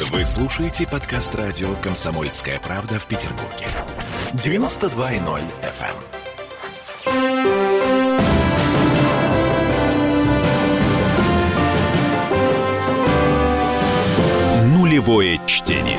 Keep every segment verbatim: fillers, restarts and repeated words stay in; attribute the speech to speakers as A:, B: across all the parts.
A: Вы слушаете подкаст радио «Комсомольская правда» в Петербурге. девяносто два и ноль эф эм. Нулевое чтение.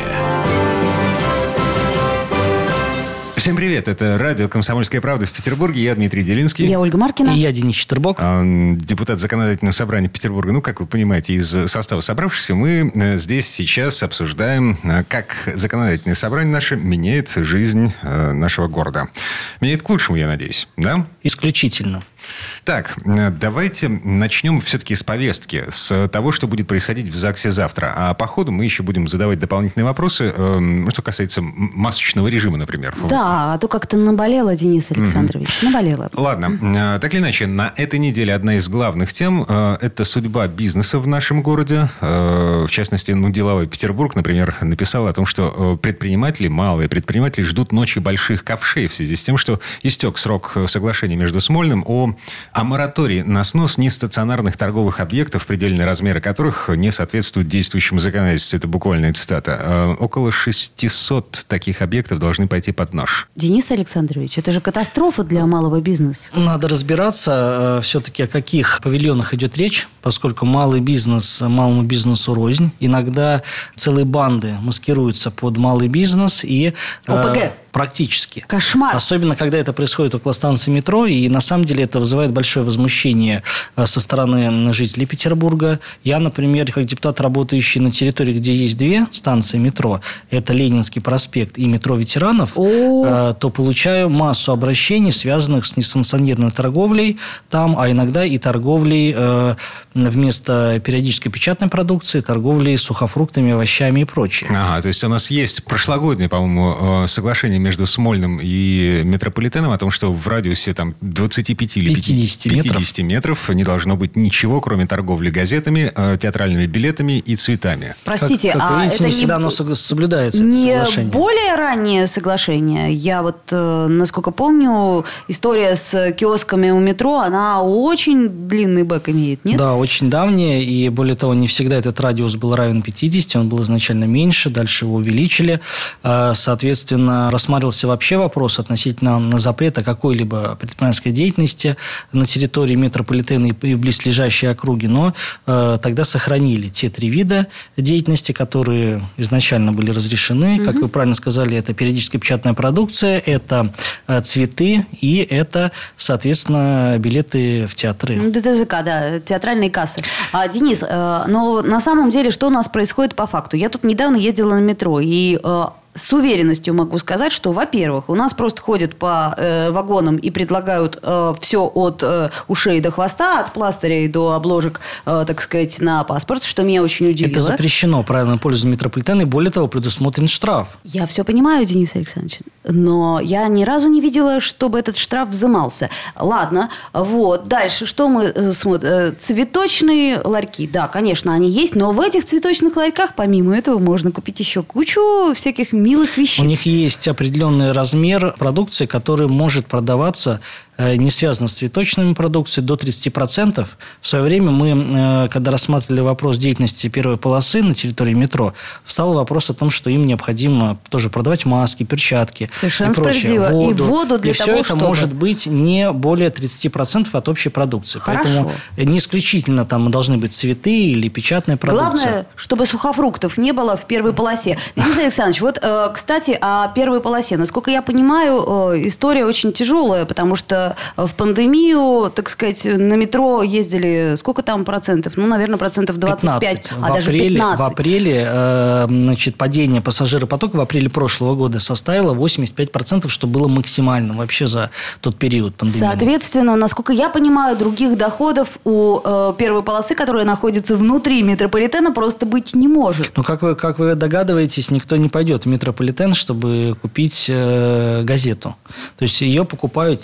B: Всем привет, это радио «Комсомольская правда» в Петербурге. Я Дмитрий Делинский.
C: Я Ольга Маркина.
D: И я Денис Четербок.
B: Депутат Законодательного собрания Петербурга. Ну, как вы понимаете, из состава собравшихся мы здесь сейчас обсуждаем, как законодательное собрание наше меняет жизнь нашего города. Меняет к лучшему, я надеюсь, да?
D: Исключительно.
B: Так, давайте начнем все-таки с повестки, с того, что будет происходить в ЗАГСе завтра. А по ходу мы еще будем задавать дополнительные вопросы, э, что касается масочного режима, например.
C: Да, а то как-то наболело, Денис Александрович, mm-hmm. наболело.
B: Ладно, так или иначе, на этой неделе одна из главных тем э, – это судьба бизнеса в нашем городе. Э, в частности, ну, деловой Петербург, например, написал о том, что предприниматели, малые предприниматели, ждут ночи больших ковшей в связи с тем, что истек срок соглашения между Смольным о о моратории на снос нестационарных торговых объектов, предельные размеры которых не соответствуют действующему законодательству. Это буквальная цитата. Около шестисот таких объектов должны пойти под нож.
C: Денис Александрович, это же катастрофа для малого бизнеса.
D: Надо разбираться все-таки, о каких павильонах идет речь, поскольку малый бизнес малому бизнесу рознь. Иногда целые банды маскируются под малый бизнес и...
C: ОПГ.
D: Практически.
C: Кошмар.
D: Особенно, когда это происходит около станции метро. И, на самом деле, это вызывает большое возмущение со стороны жителей Петербурга. Я, например, как депутат, работающий на территории, где есть две станции метро, это Ленинский проспект и метро ветеранов, О-о-о. то получаю массу обращений, связанных с несанкционированной торговлей там, а иногда и торговлей э, вместо периодической печатной продукции, торговлей сухофруктами, овощами и прочее.
B: Ага, то есть у нас есть прошлогоднее, по-моему, соглашение между Смольным и метрополитеном о том, что в радиусе там, двадцати пяти или
D: пятидесяти
B: пятидесяти метров не должно быть ничего, кроме торговли газетами, театральными билетами и цветами.
C: Простите,
D: как, как
C: а
D: видите,
C: это
D: не всегда
C: не,
D: оно соблюдается,
C: не
D: это соглашение.
C: Более раннее соглашение? Я вот, насколько помню, история с киосками у метро, она очень длинный бэк имеет, нет?
D: Да, очень давняя, и более того, не всегда этот радиус был равен пятидесяти, он был изначально меньше, дальше его увеличили. Соответственно, рассматривался вообще вопрос относительно запрета какой-либо предпринимательской деятельности на территории метрополитена и в близлежащей округе, но э, тогда сохранили те три вида деятельности, которые изначально были разрешены. Угу. Как вы правильно сказали, это периодическая печатная продукция, это э, цветы и это, соответственно, билеты в театры.
C: ДТЗК, да, театральные кассы. А, Денис, э, но на самом деле что у нас происходит по факту? Я тут недавно ездила на метро, и... Э, с уверенностью могу сказать, что, во-первых, у нас просто ходят по э, вагонам и предлагают э, все от э, ушей до хвоста, от пластырей до обложек, э, так сказать, на паспорт, что меня очень удивило.
D: Это запрещено правильно пользоваться метрополитеном, и более того, предусмотрен штраф.
C: Я все понимаю, Денис Александрович, но я ни разу не видела, чтобы этот штраф взимался. Ладно, вот, дальше, что мы э, смотрим? Цветочные ларьки, да, конечно, они есть, но в этих цветочных ларьках, помимо этого, можно купить еще кучу всяких милых вещиц.
D: У них есть определенный размер продукции, который может продаваться не связано с цветочными продукцией, до тридцати процентов. В свое время мы, когда рассматривали вопрос деятельности первой полосы на территории метро, встал вопрос о том, что им необходимо тоже продавать маски, перчатки
C: Совершенно
D: и прочее.
C: Справедливо.
D: Воду.
C: И воду для
D: и
C: того,
D: все это
C: чтобы...
D: может быть не более тридцати процентов от общей продукции.
C: Хорошо.
D: Поэтому не исключительно там должны быть цветы или печатная продукция.
C: Главное, чтобы сухофруктов не было в первой полосе. Денис Александрович, вот, кстати, о первой полосе. Насколько я понимаю, история очень тяжелая, потому что в пандемию, так сказать, на метро ездили сколько там процентов? Ну, наверное, процентов двадцать пять,
D: пятнадцать.
C: а
D: в
C: даже
D: апреле,
C: пятнадцать.
D: В апреле э, значит, падение пассажиропотока в апреле прошлого года составило восемьдесят пять процентов, что было максимальным вообще за тот период пандемии.
C: Соответственно, насколько я понимаю, других доходов у э, первой полосы, которая находится внутри метрополитена, просто быть не может.
D: Ну, как вы, как вы догадываетесь, никто не пойдет в метрополитен, чтобы купить э, газету. То есть ее покупают те, кто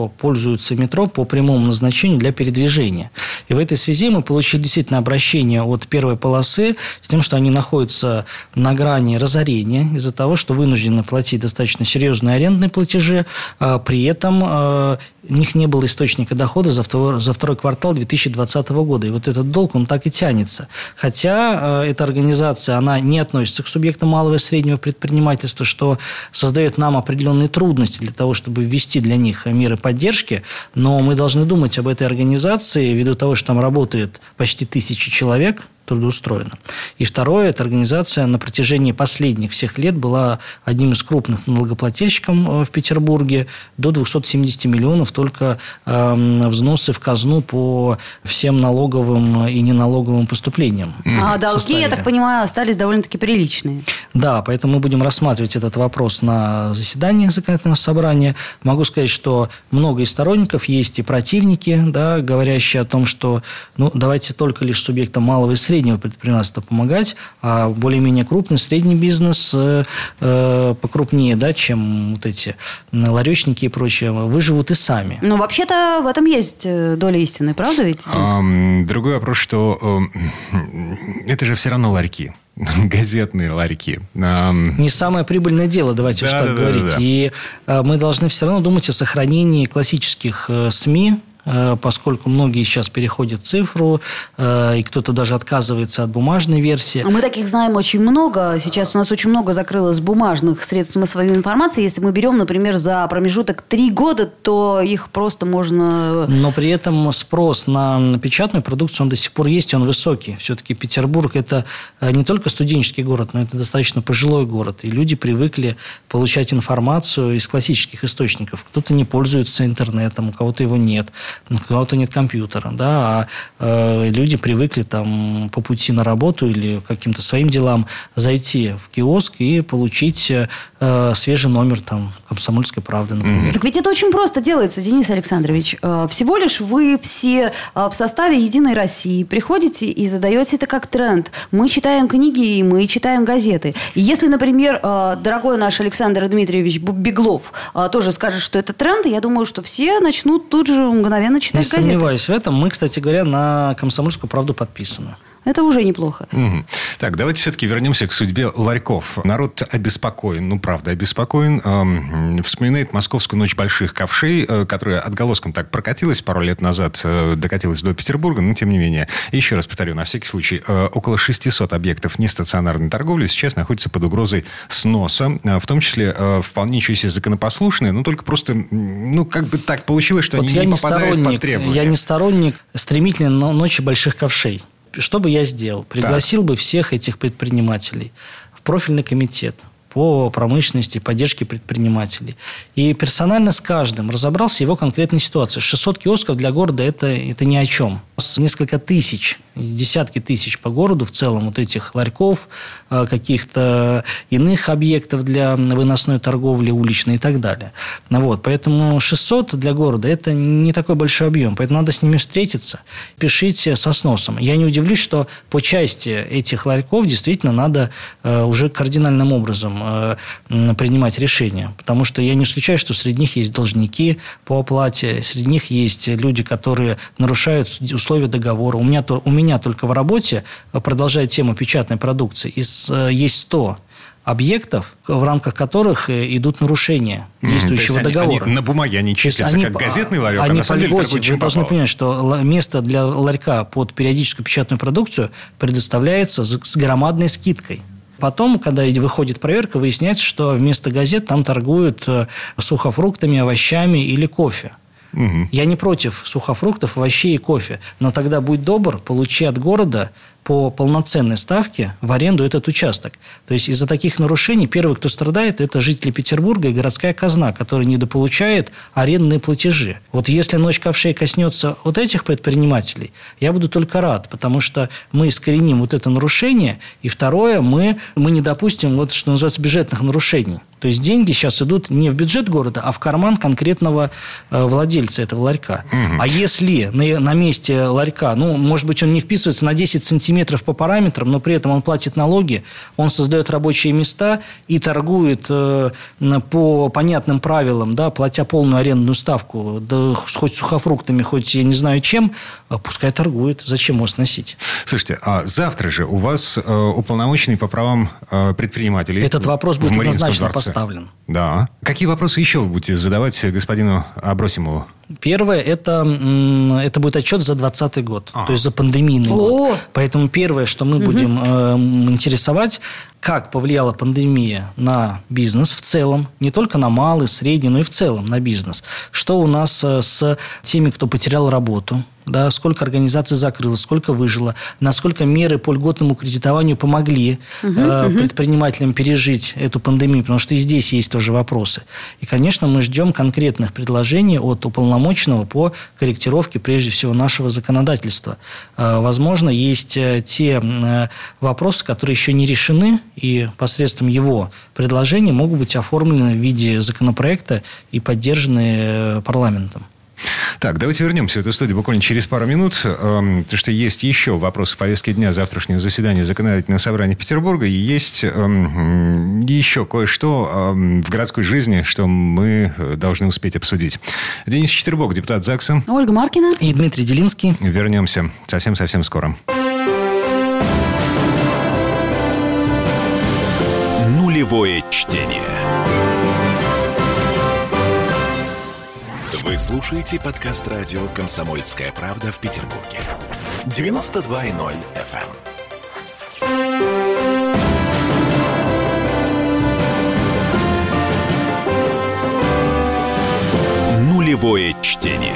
D: кто пользуется метро по прямому назначению для передвижения. И в этой связи мы получили действительно обращение от первой полосы с тем, что они находятся на грани разорения из-за того, что вынуждены платить достаточно серьезные арендные платежи, а при этом а, у них не было источника дохода за второй, за второй квартал две тысячи двадцатого года. И вот этот долг, он так и тянется. Хотя э, эта организация, она не относится к субъектам малого и среднего предпринимательства, что создает нам определенные трудности для того, чтобы ввести для них меры поддержки. Но мы должны думать об этой организации, ввиду того, что там работает почти тысяча человек, трудоустроена. И второе, эта организация на протяжении последних всех лет была одним из крупных налогоплательщиков в Петербурге. До двухсот семидесяти миллионов только э, взносы в казну по всем налоговым и неналоговым поступлениям.
C: А долги,
D: составили.
C: я так понимаю, остались довольно-таки приличные.
D: Да, поэтому мы будем рассматривать этот вопрос на заседании законодательного собрания. Могу сказать, что много и сторонников, есть и противники, да, говорящие о том, что ну, давайте только лишь субъектам малого и среднего предпринимательства помогать, а более-менее крупный, средний бизнес э, э, покрупнее, да, чем вот эти ларечники и прочее, выживут и сами.
C: Ну, вообще-то в этом есть доля истины, правда ведь?
B: Um, другой вопрос, что uh, это же все равно ларьки. Газетные ларьки.
D: Не самое прибыльное дело, давайте
B: да,
D: уж так
B: да,
D: говорить.
B: Да, да.
D: И э, мы должны все равно думать о сохранении классических э, СМИ, поскольку многие сейчас переходят в цифру, и кто-то даже отказывается от бумажной версии.
C: Мы таких знаем очень много. Сейчас у нас очень много закрылось бумажных средств массовой информации. Если мы берем, например, за промежуток три года, то их просто можно...
D: Но при этом спрос на печатную продукцию, он до сих пор есть, и он высокий. Все-таки Петербург – это не только студенческий город, но это достаточно пожилой город. И люди привыкли получать информацию из классических источников. Кто-то не пользуется интернетом, у кого-то его нет. У кого-то нет компьютера, да, а э, люди привыкли там по пути на работу или каким-то своим делам зайти в киоск и получить э, свежий номер там «Комсомольской правды», например.
C: Mm-hmm. Так ведь это очень просто делается, Денис Александрович. Всего лишь вы все в составе «Единой России» приходите и задаете это как тренд. Мы читаем книги, и мы читаем газеты. И если, например, дорогой наш Александр Дмитриевич Беглов тоже скажет, что это тренд, я думаю, что все начнут тут же мгновенно читать
D: Не
C: газеты.
D: сомневаюсь в этом. Мы, кстати говоря, на «Комсомольскую правду» подписаны.
C: Это уже неплохо.
B: Угу. Так, давайте все-таки вернемся к судьбе ларьков. Народ обеспокоен, ну, правда, обеспокоен. Эм, вспоминает московскую ночь больших ковшей, э, которая отголоском так прокатилась пару лет назад, э, докатилась до Петербурга, но тем не менее. Еще раз повторю, на всякий случай, э, около шестисот объектов нестационарной торговли сейчас находятся под угрозой сноса, э, в том числе э, вполне себе законопослушные, но только просто, ну, как бы так получилось, что
D: вот
B: они
D: я
B: не
D: не
B: попадают
D: сторонник,
B: под требования.
D: Я не сторонник стремительной ночи больших ковшей. Что бы я сделал? Пригласил так. бы всех этих предпринимателей в профильный комитет по промышленности, поддержке предпринимателей. И персонально с каждым разобрался в его конкретной ситуации. шестьсот киосков для города это, – это ни о чем. Несколько тысяч, десятки тысяч по городу в целом вот этих ларьков, каких-то иных объектов для выносной торговли, уличной и так далее. Вот. Поэтому шестьсот для города – это не такой большой объем. Поэтому надо с ними встретиться, спешить со сносом. Я не удивлюсь, что по части этих ларьков действительно надо уже кардинальным образом принимать решения. Потому что я не исключаю, что среди них есть должники по оплате, среди них есть люди, которые нарушают условия договора. У меня, у меня только в работе, продолжая тему печатной продукции, из, есть сто объектов, в рамках которых идут нарушения действующего
B: mm, то есть
D: договора.
B: Они, на бумаге они числятся как газетный ларек,
D: они
B: а на самом деле торгуют чем
D: Вы должны
B: попало.
D: понимать, что место для ларька под периодическую печатную продукцию предоставляется с громадной скидкой. Потом, когда выходит проверка, выясняется, что вместо газет там торгуют сухофруктами, овощами или кофе. Угу. Я не против сухофруктов, овощей и кофе, но тогда будь добр, получи от города по полноценной ставке в аренду этот участок. То есть из-за таких нарушений первый, кто страдает, это жители Петербурга и городская казна, которая недополучает арендные платежи. Вот если ночь ковшей коснется вот этих предпринимателей, я буду только рад, потому что мы искореним вот это нарушение, и второе, мы, мы не допустим вот, что называется, бюджетных нарушений. То есть деньги сейчас идут не в бюджет города, а в карман конкретного э, владельца этого ларька. Угу. А если на, на месте ларька, ну, может быть, он не вписывается на десять сантиметров сантиметров по параметрам, но при этом он платит налоги, он создает рабочие места и торгует э, по понятным правилам, да, платя полную арендную ставку, да, хоть сухофруктами, хоть я не знаю чем, пускай торгует. Зачем его сносить?
B: Слушайте, а завтра же у вас э, уполномоченный по правам э, предпринимателей.
D: Этот вопрос будет однозначно
B: дворце
D: поставлен.
B: Да. Какие вопросы еще вы будете задавать господину Абросимову?
D: Первое, это, это будет отчет за двадцатый год,
B: Ага.
D: то есть за пандемийный
C: О!
D: год. Поэтому первое, что мы
C: Угу.
D: будем э, интересовать, как повлияла пандемия на бизнес в целом, не только на малый, средний, но и в целом на бизнес. Что у нас э, с теми, кто потерял работу, да, сколько организаций закрылось, сколько выжило, насколько меры по льготному кредитованию помогли
C: Угу,
D: э,
C: угу.
D: предпринимателям пережить эту пандемию, потому что и здесь есть тоже вопросы. И, конечно, мы ждем конкретных предложений от уполномоченного по корректировке, прежде всего, нашего законодательства. Э, возможно, есть э, те э, вопросы, которые еще не решены, и посредством его предложений могут быть оформлены в виде законопроекта и поддержаны э, парламентом.
B: Так, давайте вернемся в эту студию буквально через пару минут, эм, потому что есть еще вопросы в повестке дня завтрашнего заседания Законодательного собрания Петербурга, и есть эм, еще кое-что эм, в городской жизни, что мы должны успеть обсудить. Денис Четербок, депутат ЗАГСа.
C: Ольга Маркина.
D: И Дмитрий Делинский.
B: Вернемся совсем-совсем скоро.
A: Нулевое чтение. Вы слушаете подкаст радио «Комсомольская правда» в Петербурге. девяносто два и ноль эф эм. Нулевое чтение.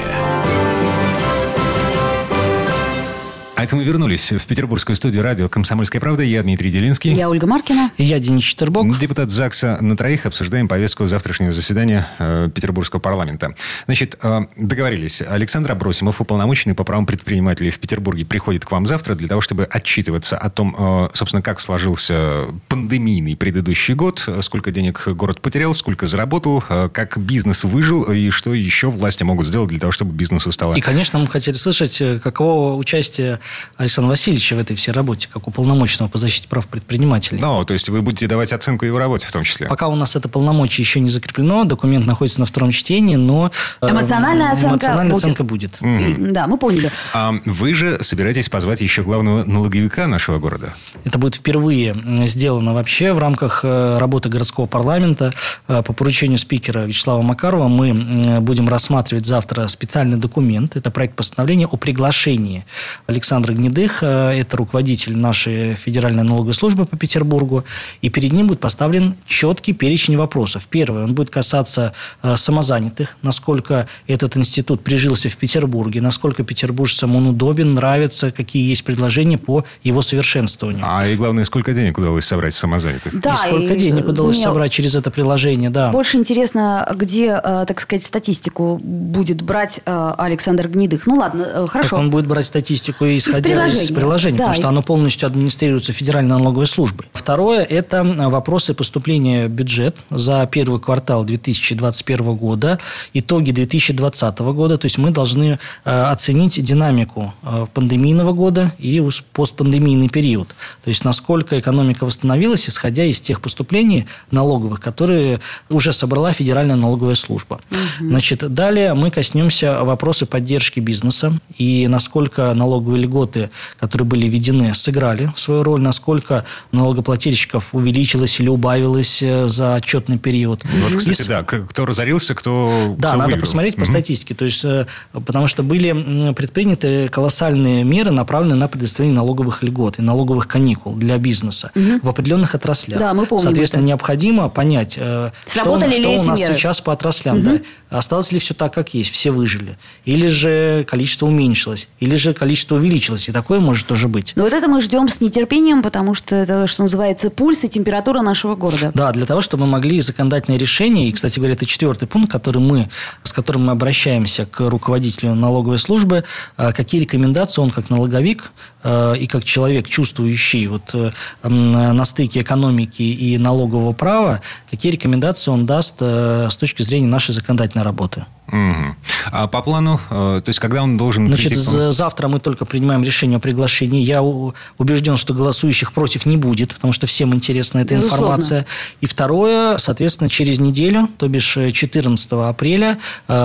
B: А это мы вернулись в петербургскую студию радио «Комсомольская правда». Я Дмитрий Делинский.
C: Я Ольга Маркина.
D: И я Денис Четербок.
B: Депутат ЗАГСа на троих. Обсуждаем повестку завтрашнего заседания э, Петербургского парламента. Значит, э, договорились. Александр Абросимов, уполномоченный по правам предпринимателей в Петербурге, приходит к вам завтра для того, чтобы отчитываться о том, э, собственно, как сложился пандемийный предыдущий год, сколько денег город потерял, сколько заработал, э, как бизнес выжил и что еще власти могут сделать для того, чтобы бизнесу стало...
D: И, конечно, мы хотели слышать, каково участие Александра Васильевича в этой всей работе, как уполномоченного по защите прав предпринимателей.
B: Ну, то есть вы будете давать оценку его работе в том числе?
D: Пока у нас это полномочие еще не закреплено, документ находится на втором чтении, но э,
C: Эмоциональная оценка
D: эмоциональная
C: будет.
D: оценка будет.
C: И- да, мы поняли.
B: А вы же собираетесь позвать еще главного налоговика нашего города?
D: Это будет впервые сделано вообще в рамках э, работы городского парламента. Э, По поручению спикера Вячеслава Макарова мы э, будем рассматривать завтра специальный документ. Это проект постановления о приглашении Александра Гнедых. э, Это руководитель нашей Федеральной налоговой службы по Петербургу. И перед ним будет поставлен четкий перечень вопросов. Первое, он будет касаться э, самозанятых, насколько этот институт прижился в Петербурге, насколько петербуржцам он удобен, нравится, какие есть предложения по его совершенствованию.
B: А и главное, сколько денег удалось собрать самозанятых?
C: Да,
D: и сколько
C: и,
D: денег удалось
C: мне
D: собрать через это приложение, да.
C: Больше интересно, где, э, так сказать, статистику будет брать э, Александр Гнедых. Ну ладно, э, хорошо.
D: Так он будет брать статистику, исходя из
C: приложения.
D: приложения,
C: Да,
D: потому что
C: и-
D: оно полностью администрируется Федеральной налоговой службой. Второе – это вопросы поступления в бюджет за первый квартал две тысячи двадцать первого года, итоги две тысячи двадцатого года. То есть мы должны э, оценить динамику э, пандемийного года и уж постпандемийный период. То есть насколько экономика восстановилась, исходя из тех поступлений налоговых, которые уже собрала Федеральная налоговая служба. Значит, далее мы коснемся вопроса поддержки бизнеса и насколько налоговые льготы, которые были введены, сыграли свою роль, насколько налогоплательщиков увеличилось или убавилось э, за отчетный период.
B: Вот, кстати,
D: И-
B: да, к- кто разорился, кто
D: да,
B: кто
D: надо
B: выиграл.
D: посмотреть по
B: Мгм.
D: статистике. То есть, э, потому что были м, предприняты колоссальные меры, направленные на предоставление налоговых льгот и налоговых каникул для бизнеса в определенных отраслях.
C: Да, мы помним
D: Соответственно,
C: это.
D: необходимо понять, э, что,
C: Сработали
D: что
C: ли
D: у
C: эти
D: нас
C: меры?
D: сейчас по отраслям. Да. Осталось ли все так, как есть, все выжили? Или же количество уменьшилось? Или же количество увеличилось? И такое может тоже быть.
C: Но вот это мы ждем с нетерпением, потому что это, что называется, пульс и температура нашего города.
D: Да, для того, чтобы мы могли законодательное решение, и, кстати говоря, это четвертый пункт, который мы, с которым мы обращаемся к руководителю налоговой службы, э, какие рекомендации он как налоговик э, и как человек, чувствующий вот, э, м, на стыке экономики и налогового права, какие рекомендации он даст э, с точки зрения нашей законодательной работы.
B: Угу. А по плану, то есть когда он должен...
D: Значит,
B: прийти...
D: завтра мы только принимаем решение о приглашении. Я убежден, что голосующих против не будет, потому что всем интересна эта Безусловно. информация. И второе, соответственно, через неделю, то бишь четырнадцатого апреля,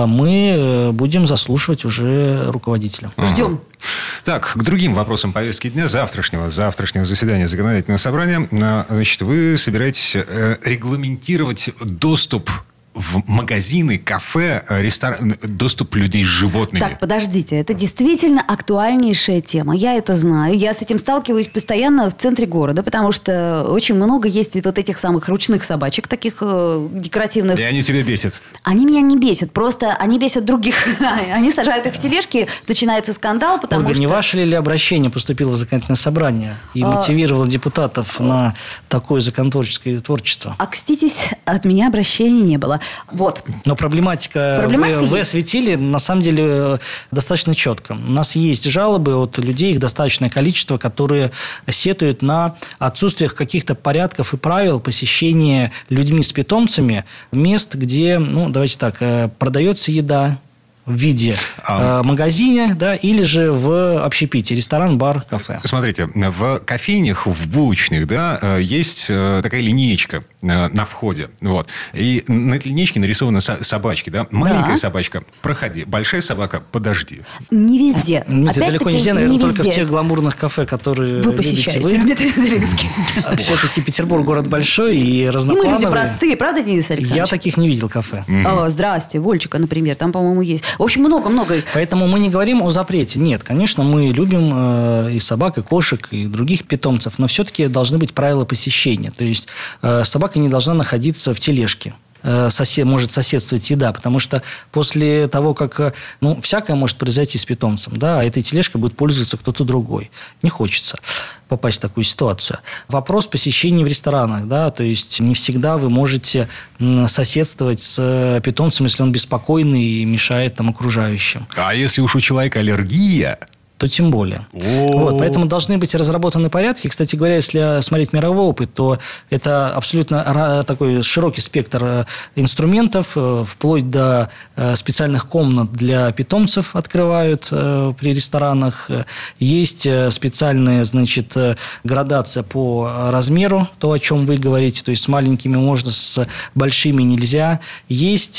D: мы будем заслушивать уже руководителя.
C: Ждем.
B: Так, к другим вопросам повестки дня завтрашнего, завтрашнего заседания законодательного собрания. Значит, вы собираетесь регламентировать доступ в магазины, кафе, рестораны, доступ людей с животными.
C: Так, подождите, это действительно актуальнейшая тема. Я это знаю. Я с этим сталкиваюсь постоянно в центре города, потому что очень много есть вот этих самых ручных собачек, таких э, декоративных.
B: И они тебя бесят?
C: Они меня не бесят, просто они бесят других. Они сажают их в тележки, начинается скандал, потому
D: Ольга,
C: что...
D: не ваше ли обращение поступило в законодательное собрание и мотивировало депутатов на такое законотворческое творчество?
C: Окститесь, от меня обращения не было. Вот.
D: Но проблематика,
C: проблематика
D: вы, вы осветили на самом деле достаточно четко. У нас есть жалобы от людей, их достаточное количество, которые сетуют на отсутствие каких-то порядков и правил посещения людьми с питомцами мест, где, ну, давайте так, продается еда в виде а... э, магазине, да, или же в общепите, ресторан, бар, кафе.
B: Смотрите, в кофейнях, в булочных, да, есть такая линеечка на входе. Вот. И на этой линеечке нарисованы собачки. Да? Маленькая да. собачка – проходи. Большая собака – подожди.
C: Не везде.
D: Это далеко не везде, наверное, только в тех гламурных кафе, которые
C: вы посещаете, вы. Дмитрий Андрейский.
D: Все-таки Петербург город большой и разноплановый.
C: И мы люди простые, правда, Денис Александрович?
D: Я таких не видел кафе.
C: О, здрасте, Вольчика, например, там, по-моему, есть. В общем, много-много их.
D: Поэтому мы не говорим о запрете. Нет, конечно, мы любим э, и собак, и кошек, и других питомцев, но все-таки должны быть правила посещения. То есть э, собака не должна находиться в тележке. Сосед, может соседствовать еда, потому что после того, как, ну, всякое может произойти с питомцем, да, а этой тележкой будет пользоваться кто-то другой. Не хочется попасть в такую ситуацию. Вопрос посещения в ресторанах, да, то есть не всегда вы можете соседствовать с питомцем, если он беспокойный и мешает там окружающим.
B: А если уж у человека аллергия...
D: то тем более. Вот, поэтому должны быть разработаны порядки. Кстати говоря, если смотреть мировой опыт, то это абсолютно такой широкий спектр инструментов, вплоть до специальных комнат для питомцев открывают при ресторанах. Есть специальная, значит, градация по размеру, то, о чем вы говорите, то есть с маленькими можно, с большими нельзя. Есть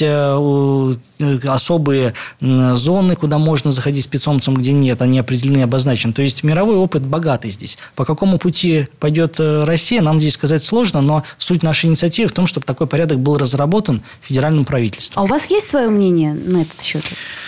D: особые зоны, куда можно заходить с питомцем, где нет, они определены и обозначены. То есть мировой опыт богатый здесь. По какому пути пойдет Россия, нам здесь сказать сложно, но суть нашей инициативы в том, чтобы такой порядок был разработан федеральным правительством.
C: А у вас есть свое мнение на этот счет?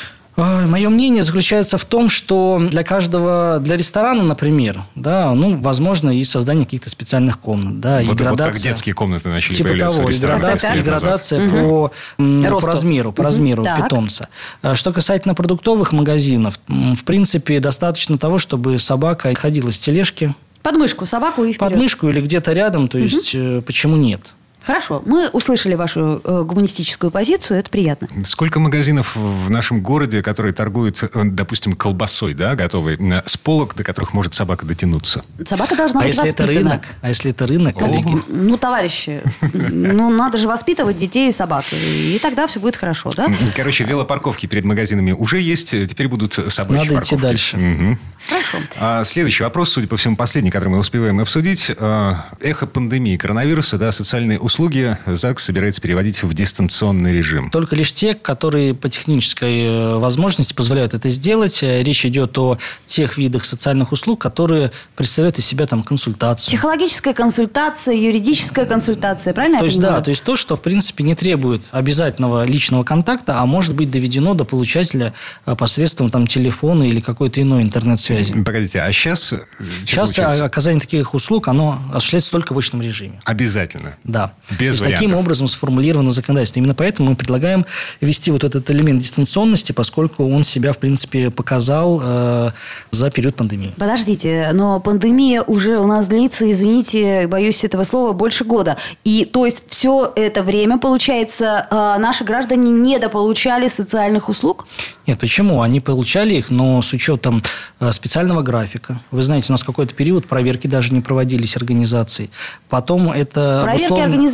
D: Мое мнение заключается в том, что для каждого, для ресторана, например, да, ну, возможно, и создание каких-то специальных комнат. Да,
B: вот,
D: и градация,
B: вот как детские комнаты начали
D: типа
B: появляться
D: того,
B: в ресторанах.
D: И градация, и градация по, по размеру, по размеру
C: так.
D: питомца. Что касательно продуктовых магазинов, в принципе, достаточно того, чтобы собака ходила с тележки.
C: Под мышку собаку и вперед.
D: Под мышку или где-то рядом, то есть угу. почему нет?
C: Хорошо, мы услышали вашу э, гуманистическую позицию, это приятно.
B: Сколько магазинов в нашем городе, которые торгуют, допустим, колбасой, да, готовой, с полок, до которых может собака дотянуться?
C: Собака должна
D: а
C: быть
D: если
C: воспитана.
D: Это рынок? А если это рынок, коллеги?
C: Ну, товарищи, ну, надо же воспитывать детей и собак, и тогда все будет хорошо, да?
B: Короче, велопарковки перед магазинами уже есть, теперь будут собачьи
D: Надо
B: парковки.
D: идти дальше.
B: Угу.
C: Хорошо.
B: А, следующий вопрос, судя по всему, последний, который мы успеваем обсудить. А, эхо пандемии коронавируса, да, социальные услуги ЗАГС собирается переводить в дистанционный режим.
D: Только лишь те, которые по технической возможности позволяют это сделать. Речь идет о тех видах социальных услуг, которые представляют из себя там консультацию.
C: Психологическая консультация, юридическая консультация, правильно
D: то
C: я
D: есть,
C: понимаю?
D: Да, то есть то, что в принципе не требует обязательного личного контакта, а может быть доведено до получателя посредством там телефона или какой-то иной интернет-связи.
B: Погодите, а сейчас...
D: Сейчас оказание таких услуг, оно осуществляется только в очном режиме.
B: Обязательно?
D: Да.
B: Без вариантов?
D: Таким образом сформулировано законодательство. Именно поэтому мы предлагаем ввести вот этот элемент дистанционности, поскольку он себя, в принципе, показал э, за период пандемии.
C: Подождите, но пандемия уже у нас длится, извините, боюсь этого слова, больше года. И то есть все это время, получается, э, наши граждане недополучали социальных услуг?
D: Нет, почему? Они получали их, но с учетом э, специального графика. Вы знаете, у нас какой-то период проверки даже не проводились организацией. Потом это
C: Проверки
D: обусловлено...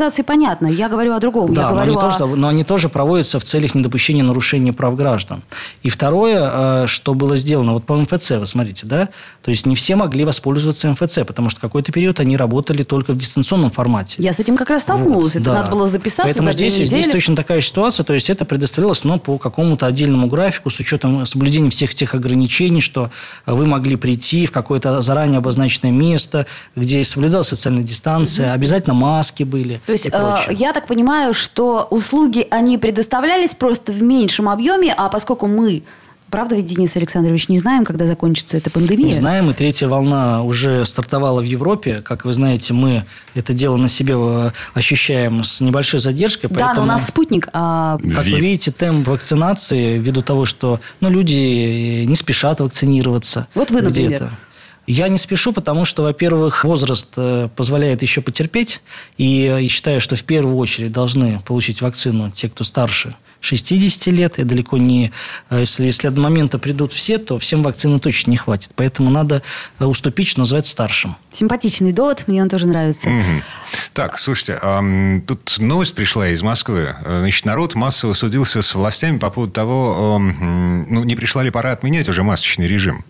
C: стерилизации понятно. Я говорю о другом.
D: Да,
C: Я
D: но,
C: говорю
D: они
C: о...
D: тоже, но они тоже проводятся в целях недопущения нарушения прав граждан. И второе, что было сделано, вот по эм эф цэ, вы смотрите, да, то есть не все могли воспользоваться эм эф цэ, потому что какой-то период они работали только в дистанционном формате.
C: Я с этим как раз столкнулась. Вот, это
D: да.
C: надо было записаться.
D: Поэтому
C: за две
D: здесь, здесь
C: недели.
D: точно такая ситуация, то есть это предоставлялось, но по какому-то отдельному графику, с учетом соблюдения всех тех ограничений, что вы могли прийти в какое-то заранее обозначенное место, где соблюдалась социальная дистанция, mm-hmm. обязательно маски были.
C: То есть э, я так понимаю, что услуги, они предоставлялись просто в меньшем объеме, а поскольку мы... Правда ведь, Денис Александрович, не знаем, когда закончится эта пандемия?
D: Не знаем, и третья волна уже стартовала в Европе. Как вы знаете, мы это дело на себе ощущаем с небольшой задержкой.
C: Да,
D: поэтому,
C: но у нас спутник. А...
D: Как вы видите, темп вакцинации, ввиду того, что ну, люди не спешат вакцинироваться.
C: Вот вы, например.
D: Где-то. Я не спешу, потому что, во-первых, возраст позволяет еще потерпеть. И я считаю, что в первую очередь должны получить вакцину те, кто старше шестидесяти лет. И далеко не... Если, если до момента придут все, то всем вакцины точно не хватит. Поэтому надо уступить, что называется, старшим.
C: Симпатичный довод, мне он тоже нравится.
B: Угу. Так, слушайте, а, тут новость пришла из Москвы. Значит, народ массово судился с властями по поводу того, ну, не пришла ли пора отменять уже масочный режим.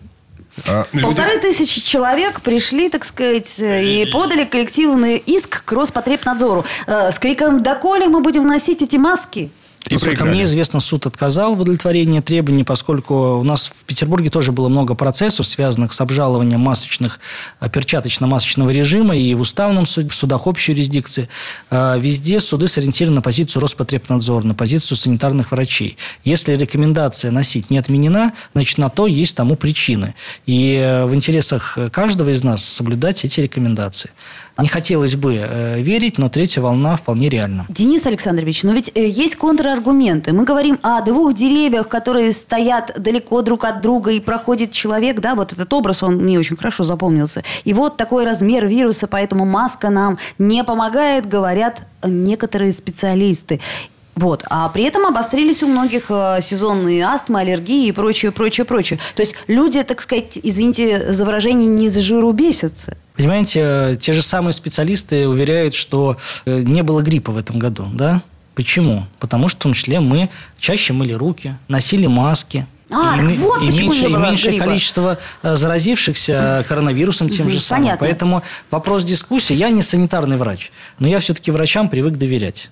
C: Полторы люди... тысячи человек пришли, так сказать, и подали коллективный иск к Роспотребнадзору с криком: «Доколе мы будем носить эти маски?»
D: Насколько мне известно, суд отказал в удовлетворении требований, поскольку у нас в Петербурге тоже было много процессов, связанных с обжалованием масочных, перчаточно-масочного режима, и в уставном суде, в судах общей юрисдикции. Везде суды сориентированы на позицию Роспотребнадзора, на позицию санитарных врачей. Если рекомендация носить не отменена, значит, на то есть тому причины. И в интересах каждого из нас соблюдать эти рекомендации. Не хотелось бы э, верить, но третья волна вполне реальна.
C: Денис Александрович, но ведь э, есть контраргументы. Мы говорим о двух деревьях, которые стоят далеко друг от друга, и проходит человек, да, вот этот образ, он мне очень хорошо запомнился. И вот такой размер вируса, поэтому маска нам не помогает, говорят некоторые специалисты. Вот. А при этом обострились у многих э, сезонные астмы, аллергии и прочее, прочее, прочее. То есть люди, так сказать, извините за выражение, не с жиру бесятся.
D: Понимаете, те же самые специалисты уверяют, что не было гриппа в этом году, да? Почему? Потому что в том числе мы чаще мыли руки, носили маски.
C: А,
D: и,
C: вот
D: и
C: почему
D: меньше,
C: не было
D: и меньшее
C: гриппа.
D: Количество коронавирусом коронавирусом тем же самым.
C: Понятно.
D: Поэтому вопрос дискуссии. Я не санитарный врач, но я все-таки врачам привык доверять.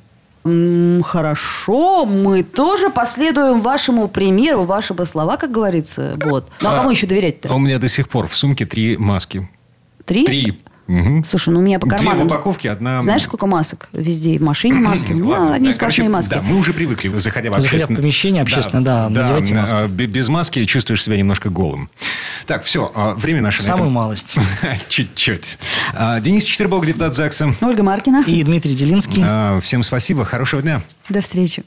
C: Хорошо, мы тоже последуем вашему примеру, ваши бы слова, как говорится. Вот. Ну, а, а кому еще доверять-то?
B: У меня до сих пор в сумке три маски.
C: Три?
B: Три. Угу.
C: Слушай, ну у меня по карманам...
B: Две упаковки, одна...
C: Знаешь, сколько масок везде? В машине маски. Ну,
B: Ладно,
C: одни
B: да,
C: сплошные
B: короче,
C: маски.
B: Да, мы уже привыкли, заходя в,
D: заходя в помещение общественное, да, да,
B: да,
D: надевайте маску.
B: Без маски чувствуешь себя немножко голым. Так, все, время наше...
D: Самую
B: этом...
D: малость.
B: Чуть-чуть. Денис Четербок, депутат ЗАГСа.
C: Ольга Маркина.
D: И Дмитрий Делинский.
B: Всем спасибо, хорошего дня.
C: До встречи.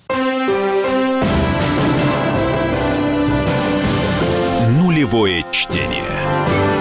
A: Нулевое чтение.